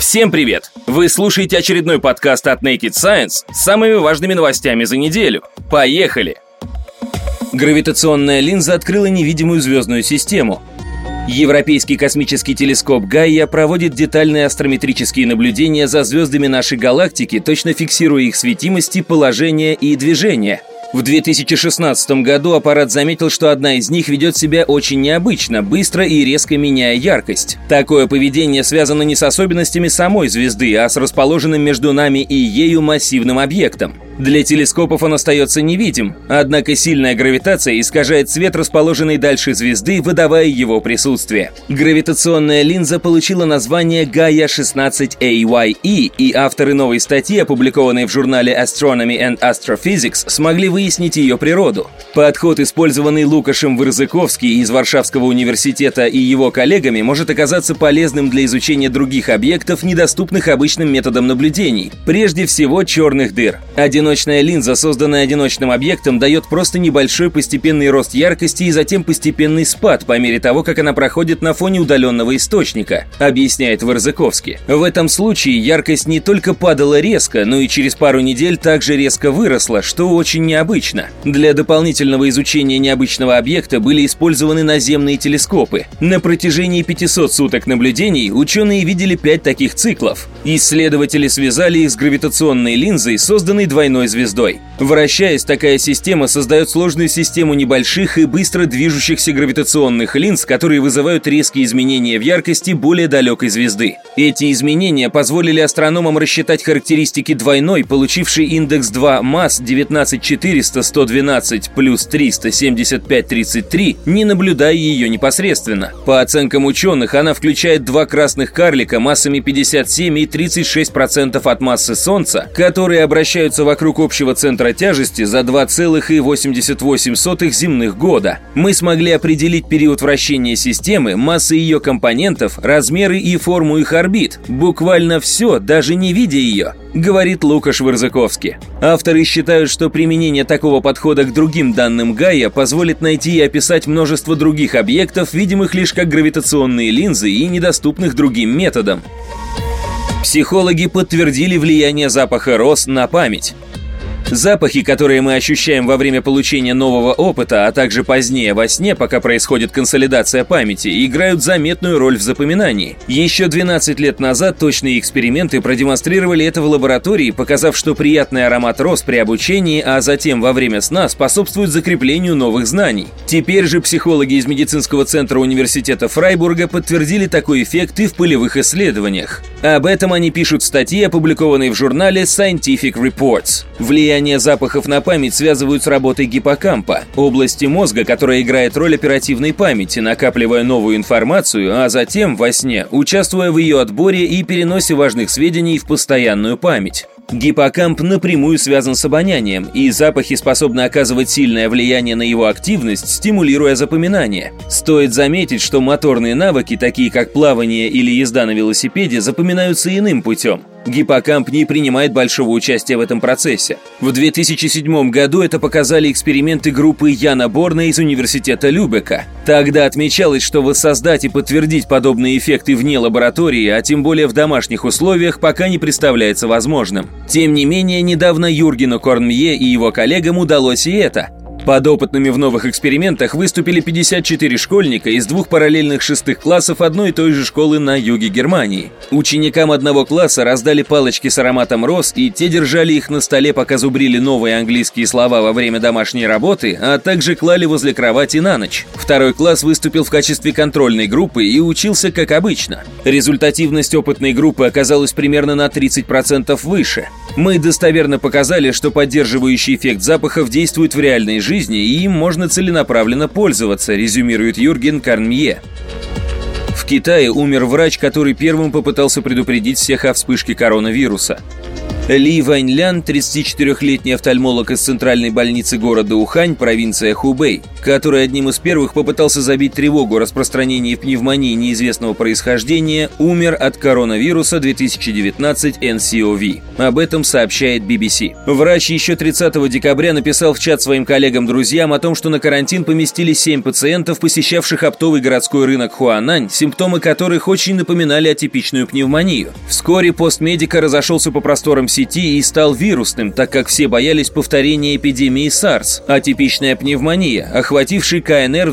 Всем привет! Вы слушаете очередной подкаст от Naked Science с самыми важными новостями за неделю. Поехали! Гравитационная линза открыла невидимую звездную систему. Европейский космический телескоп Гайя проводит детальные астрометрические наблюдения за звездами нашей галактики, точно фиксируя их светимости, положение и движение. В 2016 году аппарат заметил, что одна из них ведет себя очень необычно, быстро и резко меняя яркость. Такое поведение связано не с особенностями самой звезды, а с расположенным между нами и ею массивным объектом. Для телескопов он остается невидим, однако сильная гравитация искажает свет, расположенный дальше звезды, выдавая его присутствие. Гравитационная линза получила название Gaia 16 AYE, и авторы новой статьи, опубликованной в журнале Astronomy and Astrophysics, смогли выяснить ее природу. Подход, использованный Лукашем Вырзыковский из Варшавского университета и его коллегами, может оказаться полезным для изучения других объектов, недоступных обычным методом наблюдений, прежде всего черных дыр. Одиночная линза, созданная одиночным объектом, дает просто небольшой постепенный рост яркости и затем постепенный спад по мере того, как она проходит на фоне удаленного источника, объясняет Вырзыковский. В этом случае яркость не только падала резко, но и через пару недель также резко выросла, что очень необычно. Для дополнительного изучения необычного объекта были использованы наземные телескопы. На протяжении 500 суток наблюдений ученые видели 5 таких циклов. Исследователи связали их с гравитационной линзой, созданной двойной звездой. Вращаясь, такая система создает сложную систему небольших и быстро движущихся гравитационных линз, которые вызывают резкие изменения в яркости более далекой звезды. Эти изменения позволили астрономам рассчитать характеристики двойной, получившей индекс 2 масс 19400-112 плюс 375-33, не наблюдая ее непосредственно. По оценкам ученых, она включает 2 красных карлика массами 57 и 36% от массы Солнца, которые обращаются вокруг общего центра тяжести за 2,88 земных года. Мы смогли определить период вращения системы, массы ее компонентов, размеры и форму их орбит. Буквально все, даже не видя ее, говорит Лукаш Вырзыковский. Авторы считают, что применение такого подхода к другим данным Гайя позволит найти и описать множество других объектов, видимых лишь как гравитационные линзы и недоступных другим методам. Психологи подтвердили влияние запаха роз на память. Запахи, которые мы ощущаем во время получения нового опыта, а также позднее во сне, пока происходит консолидация памяти, играют заметную роль в запоминании. Еще 12 лет назад точные эксперименты продемонстрировали это в лаборатории, показав, что приятный аромат роз при обучении, а затем во время сна способствует закреплению новых знаний. Теперь же психологи из медицинского центра университета Фрайбурга подтвердили такой эффект и в полевых исследованиях. Об этом они пишут в статье, опубликованной в журнале Scientific Reports. Влияние запахов на память связывают с работой гиппокампа, области мозга, которая играет роль оперативной памяти, накапливая новую информацию, а затем, во сне, участвуя в ее отборе и переносе важных сведений в постоянную память. Гиппокамп напрямую связан с обонянием, и запахи способны оказывать сильное влияние на его активность, стимулируя запоминание. Стоит заметить, что моторные навыки, такие как плавание или езда на велосипеде, запоминаются иным путем. Гиппокамп не принимает большого участия в этом процессе. В 2007 году это показали эксперименты группы Яна Борна из университета Любека. Тогда отмечалось, что воссоздать и подтвердить подобные эффекты вне лаборатории, а тем более в домашних условиях, пока не представляется возможным. Тем не менее, недавно Юргену Корнмье и его коллегам удалось и это. Подопытными в новых экспериментах выступили 54 школьника из 2 параллельных 6 классов одной и той же школы на юге Германии. Ученикам одного класса раздали палочки с ароматом роз, и те держали их на столе, пока зубрили новые английские слова во время домашней работы, а также клали возле кровати на ночь. Второй класс выступил в качестве контрольной группы и учился как обычно. Результативность опытной группы оказалась примерно на 30% выше. Мы достоверно показали, что поддерживающий эффект запахов действует в реальной жизни, и им можно целенаправленно пользоваться, резюмирует Юрген Корнмье. В Китае умер врач, который первым попытался предупредить всех о вспышке коронавируса. Ли Вэньлян, 34-летний офтальмолог из центральной больницы города Ухань, провинция Хубэй, который одним из первых попытался забить тревогу о распространении пневмонии неизвестного происхождения, умер от коронавируса 2019 nCoV. Об этом сообщает BBC. Врач еще 30 декабря написал в чат своим коллегам-друзьям о том, что на карантин поместили 7 пациентов, посещавших оптовый городской рынок Хуанань, симптомы которых очень напоминали атипичную пневмонию. Вскоре пост медика разошелся по просторам сети и стал вирусным, так как все боялись повторения эпидемии SARS, атипичная пневмония, охватившей КНР в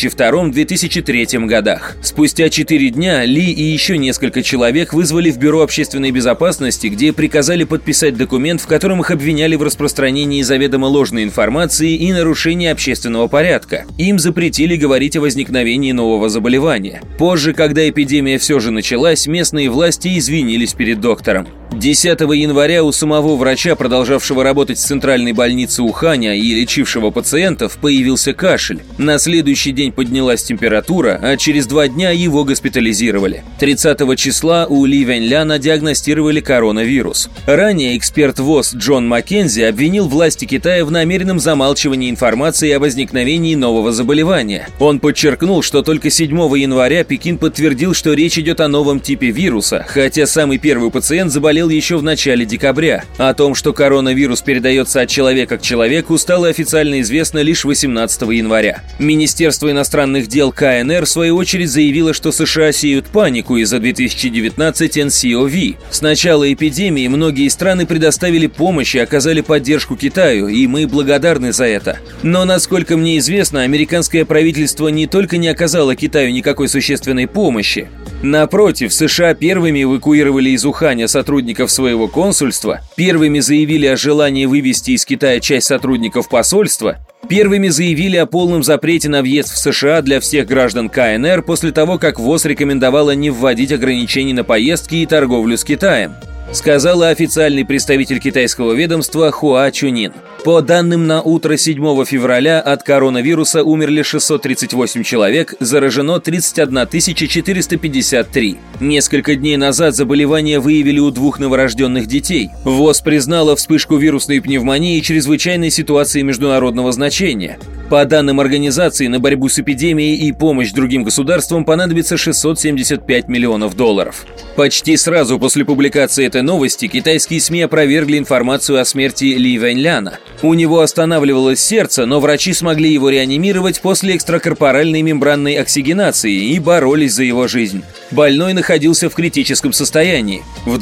2002-2003 годах. Спустя 4 дня Ли и еще несколько человек вызвали в Бюро общественной безопасности, где приказали подписать документ, в котором их обвиняли в распространении заведомо ложной информации и нарушении общественного порядка. Им запретили говорить о возникновении нового заболевания. Позже, когда эпидемия все же началась, местные власти извинились перед доктором. 10 января у самого врача, продолжавшего работать в центральной больнице Уханя и лечившего пациентов, появился кашель. На следующий день поднялась температура, а через 2 дня его госпитализировали. 30 числа у Ли Вэньляна диагностировали коронавирус. Ранее эксперт ВОЗ Джон Маккензи обвинил власти Китая в намеренном замалчивании информации о возникновении нового заболевания. Он подчеркнул, что только 7 января Пекин подтвердил, что речь идет о новом типе вируса, хотя самый первый пациент заболел еще в начале декабря. О том, что коронавирус передается от человека к человеку, стало официально известно лишь 18 января. Министерство иностранных дел КНР в свою очередь заявило, что США сеют панику из-за 2019 nCoV. С начала эпидемии многие страны предоставили помощь и оказали поддержку Китаю, и мы благодарны за это. Но, насколько мне известно, американское правительство не только не оказало Китаю никакой существенной помощи. Напротив, США первыми эвакуировали из Уханя сотрудников своего консульства, первыми заявили о желании вывести из Китая часть сотрудников посольства, первыми заявили о полном запрете на въезд в США для всех граждан КНР после того, как ВОЗ рекомендовала не вводить ограничений на поездки и торговлю с Китаем, сказала официальный представитель китайского ведомства Хуа Чунин. По данным на утро 7 февраля от коронавируса умерли 638 человек, заражено 31 453. Несколько дней назад заболевание выявили у 2 новорожденных детей. ВОЗ признала вспышку вирусной пневмонии чрезвычайной ситуацией международного значения. По данным организации, на борьбу с эпидемией и помощь другим государствам понадобится $675 миллионов. Почти сразу после публикации этой новости китайские СМИ опровергли информацию о смерти Ли Вэньляна. У него останавливалось сердце, но врачи смогли его реанимировать после экстракорпоральной мембранной оксигенации и боролись за его жизнь. Больной находился в критическом состоянии. В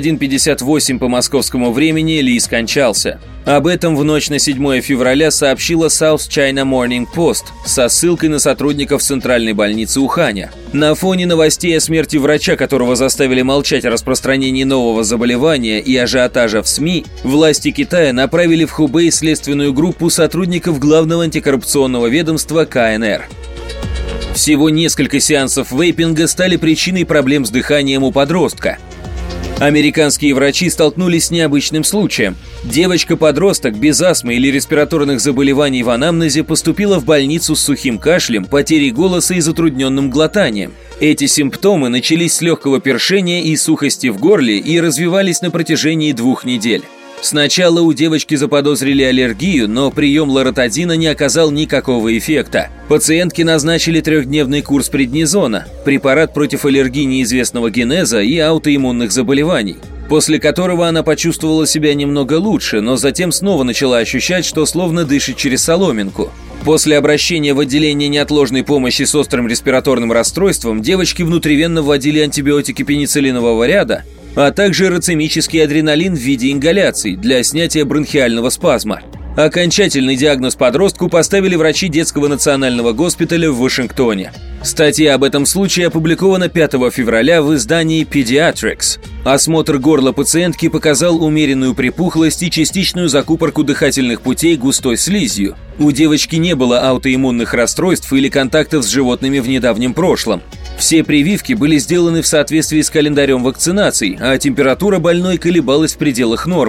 21:58 по московскому времени Ли скончался. Об этом в ночь на 7 февраля сообщила South China Morning Post со ссылкой на сотрудников центральной больницы Уханя. На фоне новостей о смерти врача, которого заставили молчать о распространении нового заболевания и ажиотажа в СМИ, власти Китая направили в Хубэй следственную группу сотрудников Главного антикоррупционного ведомства КНР. Всего несколько сеансов вейпинга стали причиной проблем с дыханием у подростка. Американские врачи столкнулись с необычным случаем. Девочка-подросток без астмы или респираторных заболеваний в анамнезе поступила в больницу с сухим кашлем, потерей голоса и затрудненным глотанием. Эти симптомы начались с легкого першения и сухости в горле и развивались на протяжении 2 недель. Сначала у девочки заподозрили аллергию, но прием лоротидина не оказал никакого эффекта. Пациентке назначили 3-дневный курс преднизона, препарат против аллергии неизвестного генеза и аутоиммунных заболеваний, после которого она почувствовала себя немного лучше, но затем снова начала ощущать, что словно дышит через соломинку. После обращения в отделение неотложной помощи с острым респираторным расстройством девочке внутривенно вводили антибиотики пенициллинового ряда, а также рацемический адреналин в виде ингаляций для снятия бронхиального спазма. Окончательный диагноз подростку поставили врачи детского национального госпиталя в Вашингтоне. Статья об этом случае опубликована 5 февраля в издании Pediatrics. Осмотр горла пациентки показал умеренную припухлость и частичную закупорку дыхательных путей густой слизью. У девочки не было аутоиммунных расстройств или контактов с животными в недавнем прошлом. Все прививки были сделаны в соответствии с календарем вакцинаций, а температура больной колебалась в пределах нормы.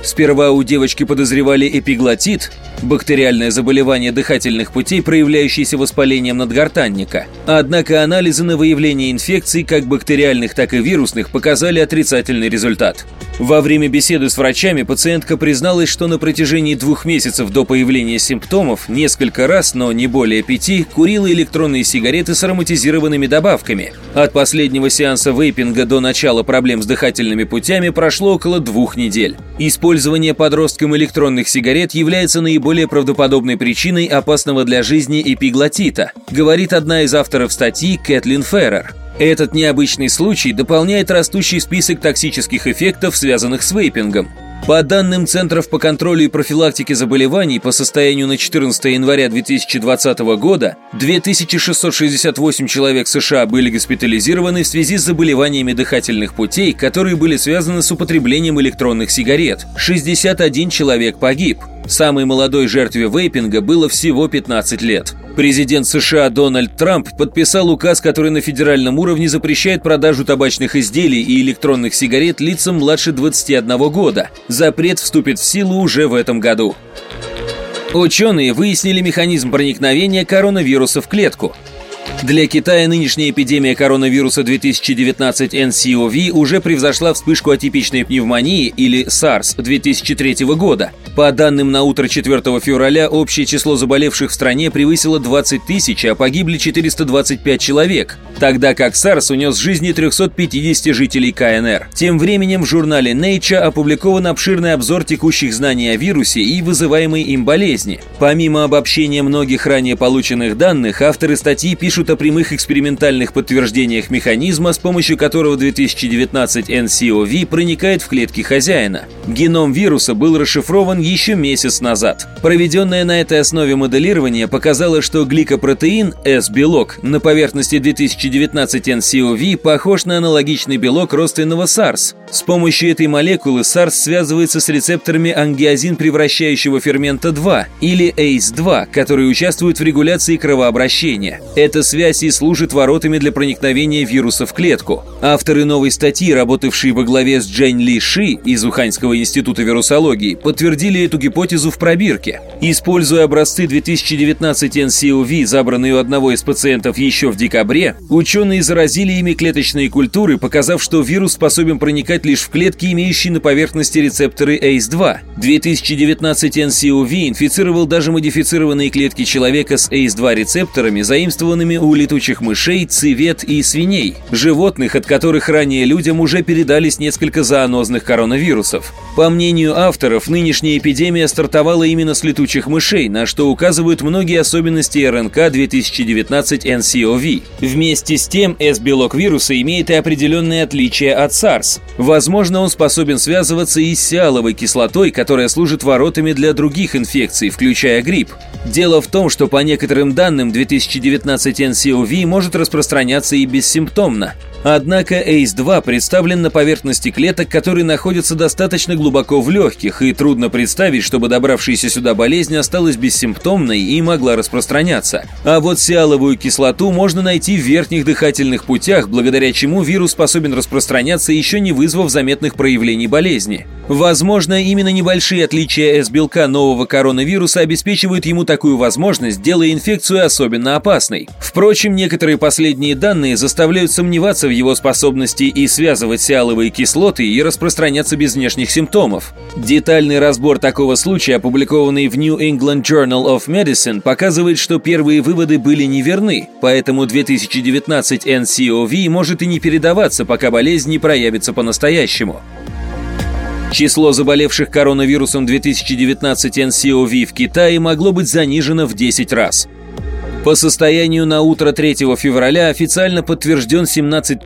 Сперва у девочки подозревали эпиглотит – бактериальное заболевание дыхательных путей, проявляющееся воспалением надгортанника. Однако анализы на выявление инфекций, как бактериальных, так и вирусных, показали отрицательный результат. Во время беседы с врачами пациентка призналась, что на протяжении 2 месяцев до появления симптомов несколько раз, но не более 5, курила электронные сигареты с ароматизированными добавками. От последнего сеанса вейпинга до начала проблем с дыхательными путями прошло около 2 недель. Использование подросткам электронных сигарет является наиболее правдоподобной причиной опасного для жизни эпиглотита, говорит одна из авторов статьи Кэтлин Феррер. Этот необычный случай дополняет растущий список токсических эффектов, связанных с вейпингом. По данным Центров по контролю и профилактике заболеваний, по состоянию на 14 января 2020 года 2668 человек США были госпитализированы в связи с заболеваниями дыхательных путей, которые были связаны с употреблением электронных сигарет. 61 человек погиб. Самой молодой жертве вейпинга было всего 15 лет. Президент США Дональд Трамп подписал указ, который на федеральном уровне запрещает продажу табачных изделий и электронных сигарет лицам младше 21 года. Запрет вступит в силу уже в этом году. Ученые выяснили механизм проникновения коронавируса в клетку. Для Китая нынешняя эпидемия коронавируса 2019 nCoV уже превзошла вспышку атипичной пневмонии или SARS 2003 года. По данным на утро 4 февраля, общее число заболевших в стране превысило 20 тысяч, а погибли 425 человек, тогда как SARS унес жизни 350 жителей КНР. Тем временем в журнале Nature опубликован обширный обзор текущих знаний о вирусе и вызываемой им болезни. Помимо обобщения многих ранее полученных данных, авторы статьи пишут о прямых экспериментальных подтверждениях механизма, с помощью которого 2019 nCoV проникает в клетки хозяина. Геном вируса был расшифрован еще месяц назад. Проведенное на этой основе моделирование показало, что гликопротеин S-белок на поверхности 2019 nCoV похож на аналогичный белок родственного SARS. С помощью этой молекулы SARS связывается с рецепторами ангиозин-превращающего фермента 2 или ACE2, которые участвуют в регуляции кровообращения. Эта связь и служит воротами для проникновения вируса в клетку. Авторы новой статьи, работавшие во главе с Джень Ли Ши из Уханьского института вирусологии, подтвердили эту гипотезу в пробирке. Используя образцы 2019 nCoV, забранные у одного из пациентов еще в декабре, ученые заразили ими клеточные культуры, показав, что вирус способен проникать лишь в клетки, имеющие на поверхности рецепторы ACE2. 2019 nCoV инфицировал даже модифицированные клетки человека с ACE2 рецепторами, заимствованными у летучих мышей, цивет и свиней, животных, от которых ранее людям уже передались несколько зоонозных коронавирусов. По мнению авторов, нынешняя эпидемия стартовала именно с летучих мышей, на что указывают многие особенности РНК 2019 nCoV. Вместе с тем, S-белок вируса имеет и определенные отличия от SARS. Возможно, он способен связываться и с сиаловой кислотой, которая служит воротами для других инфекций, включая грипп. Дело в том, что по некоторым данным 2019 nCoV может распространяться и бессимптомно. Однако ACE2 представлен на поверхности клеток, которые находятся достаточно глубоко в легких, и трудно представить, чтобы добравшаяся сюда болезнь осталась бессимптомной и могла распространяться. А вот сиаловую кислоту можно найти в верхних дыхательных путях, благодаря чему вирус способен распространяться, еще не вызвав заметных проявлений болезни. Возможно, именно небольшие отличия S-белка нового коронавируса обеспечивают ему такую возможность, делая инфекцию особенно опасной. Впрочем, некоторые последние данные заставляют сомневаться в его способности и связывать сиаловые кислоты и распространяться без внешних симптомов. Детальный разбор такого случая, опубликованный в New England Journal of Medicine, показывает, что первые выводы были неверны, поэтому 2019 nCoV может и не передаваться, пока болезнь не проявится по-настоящему. Число заболевших коронавирусом 2019 nCoV в Китае могло быть занижено в 10 раз. По состоянию на утро 3 февраля официально подтвержден 17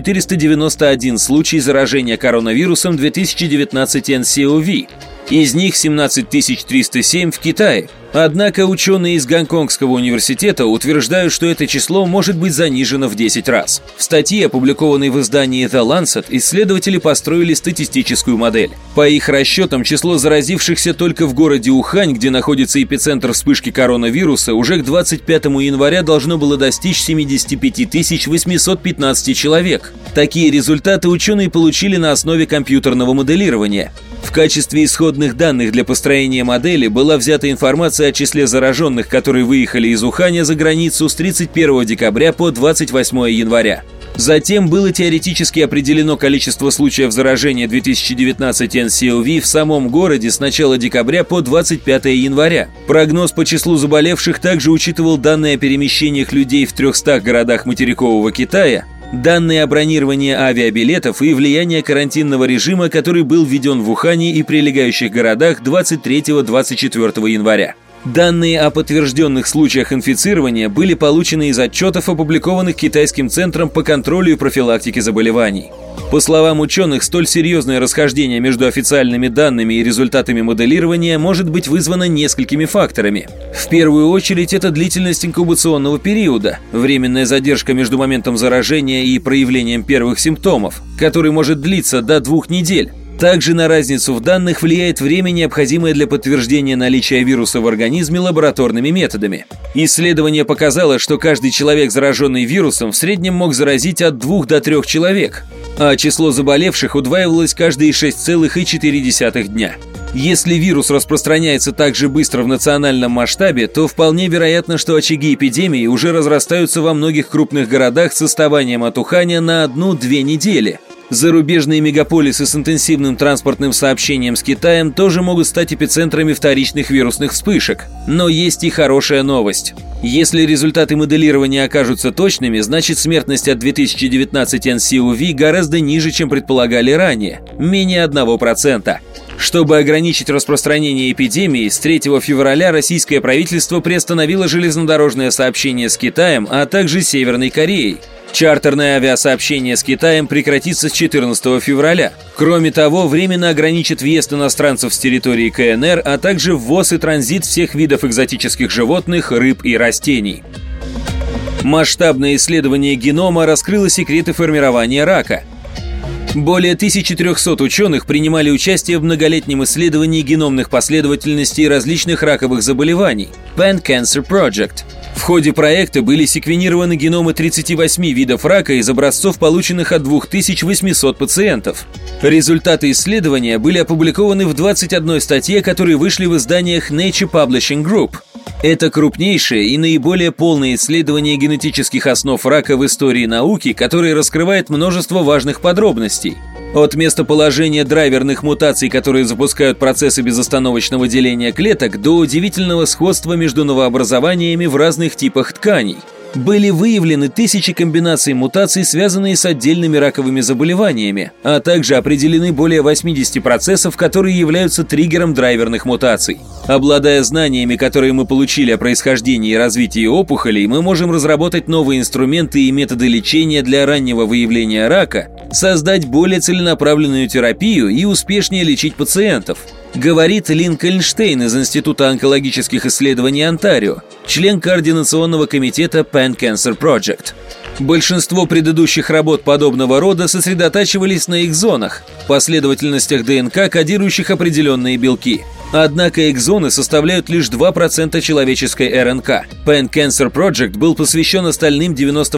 491 случай заражения коронавирусом 2019 nCoV. Из них 17 307 в Китае. Однако ученые из Гонконгского университета утверждают, что это число может быть занижено в 10 раз. В статье, опубликованной в издании The Lancet, исследователи построили статистическую модель. По их расчетам, число заразившихся только в городе Ухань, где находится эпицентр вспышки коронавируса, уже к 25 января должно было достичь 75 815 человек. Такие результаты ученые получили на основе компьютерного моделирования. В качестве исходных данных для построения модели была взята информация о числе зараженных, которые выехали из Уханя за границу с 31 декабря по 28 января. Затем было теоретически определено количество случаев заражения 2019 НСОВ в самом городе с начала декабря по 25 января. Прогноз по числу заболевших также учитывал данные о перемещениях людей в 300 городах материкового Китая, данные о бронировании авиабилетов и влияние карантинного режима, который был введен в Ухане и прилегающих городах 23-24 января. Данные о подтвержденных случаях инфицирования были получены из отчетов, опубликованных Китайским центром по контролю и профилактике заболеваний. По словам ученых, столь серьезное расхождение между официальными данными и результатами моделирования может быть вызвано несколькими факторами. В первую очередь, это длительность инкубационного периода, временная задержка между моментом заражения и проявлением первых симптомов, который может длиться до 2 недель. Также на разницу в данных влияет время, необходимое для подтверждения наличия вируса в организме лабораторными методами. Исследование показало, что каждый человек, зараженный вирусом, в среднем мог заразить от 2 до 3 человек, а число заболевших удваивалось каждые 6,4 дня. Если вирус распространяется так же быстро в национальном масштабе, то вполне вероятно, что очаги эпидемии уже разрастаются во многих крупных городах с отставанием от Уханя на 1-2 недели. Зарубежные мегаполисы с интенсивным транспортным сообщением с Китаем тоже могут стать эпицентрами вторичных вирусных вспышек. Но есть и хорошая новость. Если результаты моделирования окажутся точными, значит смертность от 2019 НСОВ гораздо ниже, чем предполагали ранее – менее 1%. Чтобы ограничить распространение эпидемии, с 3 февраля российское правительство приостановило железнодорожное сообщение с Китаем, а также Северной Кореей. Чартерное авиасообщение с Китаем прекратится с 14 февраля. Кроме того, временно ограничит въезд иностранцев с территории КНР, а также ввоз и транзит всех видов экзотических животных, рыб и растений. Масштабное исследование генома раскрыло секреты формирования рака. Более 1300 ученых принимали участие в многолетнем исследовании геномных последовательностей различных раковых заболеваний Pan Cancer Project. В ходе проекта были секвенированы геномы 38 видов рака из образцов, полученных от 2800 пациентов. Результаты исследования были опубликованы в 21 статье, которые вышли в изданиях Nature Publishing Group. Это крупнейшее и наиболее полное исследование генетических основ рака в истории науки, которое раскрывает множество важных подробностей. От местоположения драйверных мутаций, которые запускают процессы безостановочного деления клеток, до удивительного сходства между новообразованиями в разных типах тканей. Были выявлены тысячи комбинаций мутаций, связанные с отдельными раковыми заболеваниями, а также определены более 80 процессов, которые являются триггером драйверных мутаций. Обладая знаниями, которые мы получили о происхождении и развитии опухолей, мы можем разработать новые инструменты и методы лечения для раннего выявления рака, создать более целенаправленную терапию и успешнее лечить пациентов, говорит Линкольн Штейн из Института онкологических исследований Онтарио, член координационного комитета Pan Cancer Project. Большинство предыдущих работ подобного рода сосредотачивались на экзонах, последовательностях ДНК, кодирующих определенные белки. Однако экзоны составляют лишь 2% человеческой РНК. Pan Cancer Project был посвящен остальным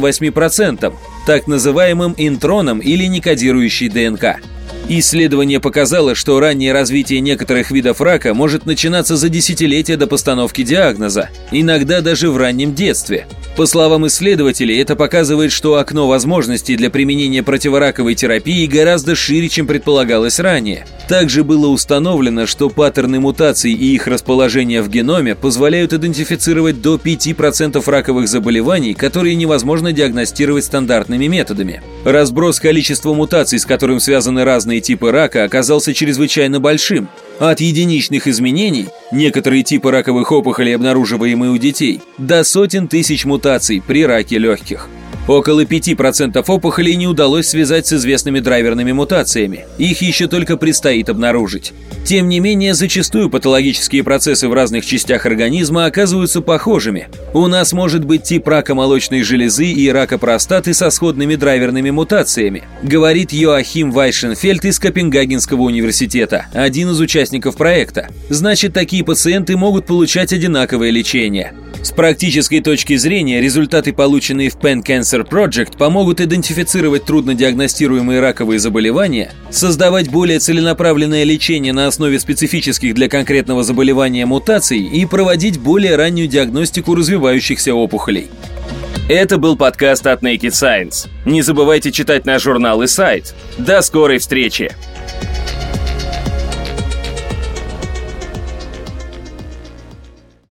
98%, так называемым интронам или некодирующей ДНК. Исследование показало, что раннее развитие некоторых видов рака может начинаться за десятилетия до постановки диагноза, иногда даже в раннем детстве. По словам исследователей, это показывает, что окно возможностей для применения противораковой терапии гораздо шире, чем предполагалось ранее. Также было установлено, что паттерны мутаций и их расположение в геноме позволяют идентифицировать до 5% раковых заболеваний, которые невозможно диагностировать стандартными методами. Разброс количества мутаций, с которым связаны разные типы рака, оказался чрезвычайно большим. От единичных изменений, некоторые типы раковых опухолей, обнаруживаемые у детей, до сотен тысяч мутаций при раке легких. Около 5% опухолей не удалось связать с известными драйверными мутациями. Их еще только предстоит обнаружить. Тем не менее, зачастую патологические процессы в разных частях организма оказываются похожими. У нас может быть тип рака молочной железы и рака простаты со сходными драйверными мутациями, говорит Йоахим Вайшенфельд из Копенгагенского университета, один из участников проекта. Значит, такие пациенты могут получать одинаковое лечение. С практической точки зрения, результаты, полученные в Pan Cancer Project, помогут идентифицировать труднодиагностируемые раковые заболевания, создавать более целенаправленное лечение на основе специфических для конкретного заболевания мутаций и проводить более раннюю диагностику развивающихся опухолей. Это был подкаст от Naked Science. Не забывайте читать наш журнал и сайт. До скорой встречи!